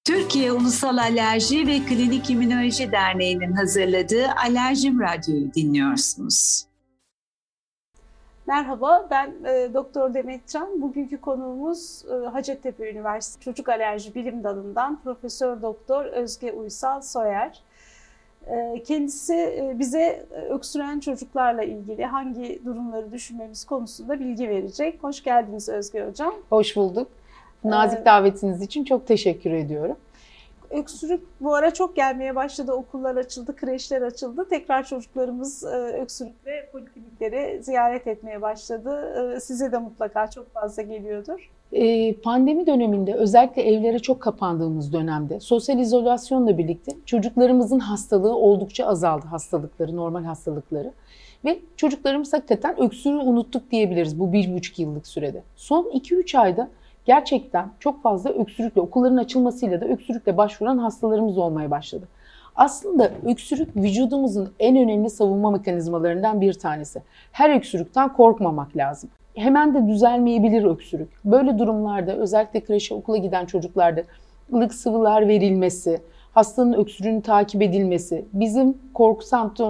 Türkiye Ulusal Alerji ve Klinik İmmünoloji Derneği'nin hazırladığı Alerjim Radyo'yu dinliyorsunuz. Merhaba, ben Doktor Demet Can. Bugünkü konuğumuz Hacettepe Üniversitesi Çocuk Alerji Bilim Dalı'ndan Profesör Doktor Özge Uysal Soyer. Kendisi bize öksüren çocuklarla ilgili hangi durumları düşünmemiz konusunda bilgi verecek. Hoş geldiniz Özge Hocam. Hoş bulduk. Nazik davetiniz için çok teşekkür ediyorum. Öksürük bu ara çok gelmeye başladı. Okullar açıldı, kreşler açıldı. Tekrar çocuklarımız öksürükle poliklinikleri ziyaret etmeye başladı. Size de mutlaka çok fazla geliyordur. Pandemi döneminde, özellikle evlere çok kapandığımız dönemde sosyal izolasyonla birlikte çocuklarımızın hastalığı oldukça azaldı, hastalıkları, normal hastalıkları. Ve çocuklarımız hakikaten öksürüğü unuttuk diyebiliriz bu 1,5 yıllık sürede. Son 2-3 ayda gerçekten çok fazla öksürükle, okulların açılmasıyla da öksürükle başvuran hastalarımız olmaya başladı. Aslında öksürük vücudumuzun en önemli savunma mekanizmalarından bir tanesi. Her öksürükten korkmamak lazım. Hemen de düzelmeyebilir öksürük. Böyle durumlarda özellikle kreşe, okula giden çocuklarda ılık sıvılar verilmesi, hastanın öksürüğünün takip edilmesi, bizim korkutucu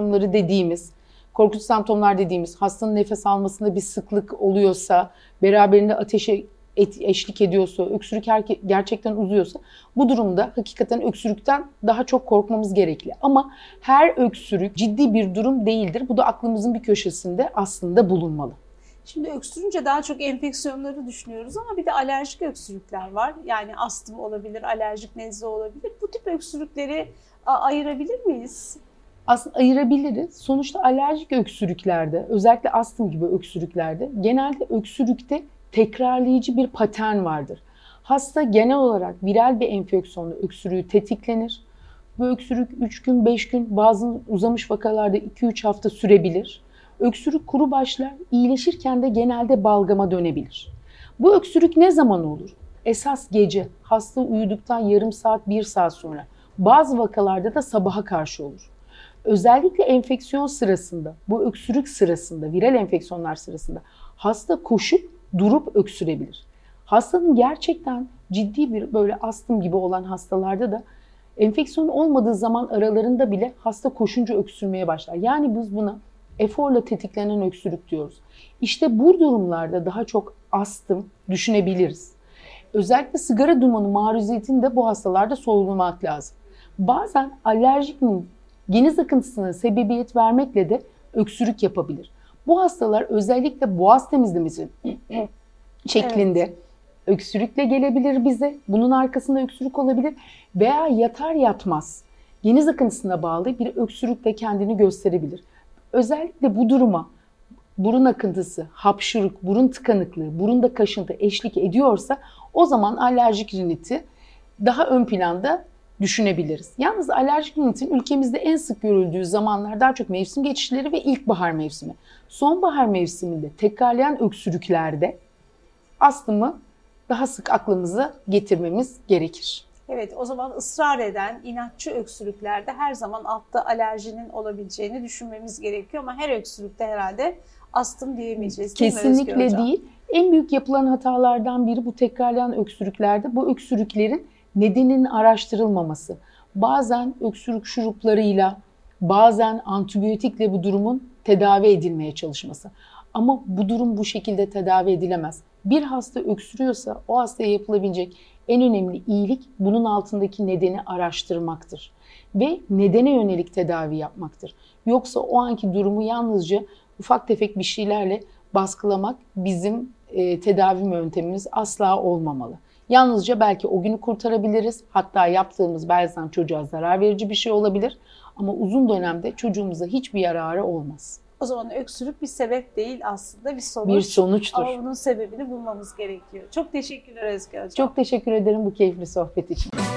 semptomlar dediğimiz hastanın nefes almasında bir sıklık oluyorsa, beraberinde ateşe eşlik ediyorsa, öksürük gerçekten uzuyorsa bu durumda hakikaten öksürükten daha çok korkmamız gerekli. Ama her öksürük ciddi bir durum değildir. Bu da aklımızın bir köşesinde aslında bulunmalı. Şimdi öksürünce daha çok enfeksiyonları düşünüyoruz ama bir de alerjik öksürükler var. Yani astım olabilir, alerjik nezle olabilir. Bu tip öksürükleri ayırabilir miyiz? Aslında ayırabiliriz. Sonuçta alerjik öksürüklerde, özellikle astım gibi öksürüklerde genelde öksürükte tekrarlayıcı bir patern vardır. Hasta genel olarak viral bir enfeksiyonla öksürüğü tetiklenir. Bu öksürük 3 gün, 5 gün, bazı uzamış vakalarda 2-3 hafta sürebilir. Öksürük kuru başlar, iyileşirken de genelde balgama dönebilir. Bu öksürük ne zaman olur? Esas gece, hasta uyuduktan yarım saat, 1 saat sonra. Bazı vakalarda da sabaha karşı olur. Özellikle enfeksiyon sırasında, bu öksürük sırasında, viral enfeksiyonlar sırasında hasta koşup durup öksürebilir. Hastanın gerçekten ciddi bir böyle astım gibi olan hastalarda da enfeksiyon olmadığı zaman aralarında bile hasta koşunca öksürmeye başlar. Yani biz buna eforla tetiklenen öksürük diyoruz. İşte bu durumlarda daha çok astım düşünebiliriz. Özellikle sigara dumanı maruziyetini de bu hastalarda sorgulamak lazım. Bazen alerjinin geniz akıntısına sebebiyet vermekle de öksürük yapabilir. Bu hastalar özellikle boğaz temizlemesi şeklinde öksürükle gelebilir bize. Bunun arkasında öksürük olabilir veya yatar yatmaz geniz akıntısına bağlı bir öksürükle kendini gösterebilir. Özellikle bu duruma burun akıntısı, hapşırık, burun tıkanıklığı, burunda kaşıntı eşlik ediyorsa o zaman alerjik riniti daha ön planda düşünebiliriz. Yalnız alerjik rinitin ülkemizde en sık görüldüğü zamanlar daha çok mevsim geçişleri ve ilkbahar mevsimi. Sonbahar mevsiminde tekrarlayan öksürüklerde astımı daha sık aklımıza getirmemiz gerekir. Evet, o zaman ısrar eden, inatçı öksürüklerde her zaman altta alerjinin olabileceğini düşünmemiz gerekiyor ama her öksürükte herhalde astım diyemeyeceğiz. Kesinlikle değil. En büyük yapılan hatalardan biri bu tekrarlayan öksürüklerde bu öksürüklerin nedeninin araştırılmaması. Bazen öksürük şuruplarıyla, bazen antibiyotikle bu durumun tedavi edilmeye çalışması. Ama bu durum bu şekilde tedavi edilemez. Bir hasta öksürüyorsa o hastaya yapılabilecek en önemli iyilik bunun altındaki nedeni araştırmaktır. Ve nedene yönelik tedavi yapmaktır. Yoksa o anki durumu yalnızca ufak tefek bir şeylerle baskılamak bizim tedavi yöntemimiz asla olmamalı. Yalnızca belki o günü kurtarabiliriz. Hatta yaptığımız bazen çocuğa zarar verici bir şey olabilir. Ama uzun dönemde çocuğumuza hiçbir yararı olmaz. O zaman öksürük bir sebep değil aslında bir sonuç. Bir sonuçtur. Ama bunun sebebini bulmamız gerekiyor. Çok teşekkürler Özge Hocam. Çok teşekkür ederim bu keyifli sohbet için.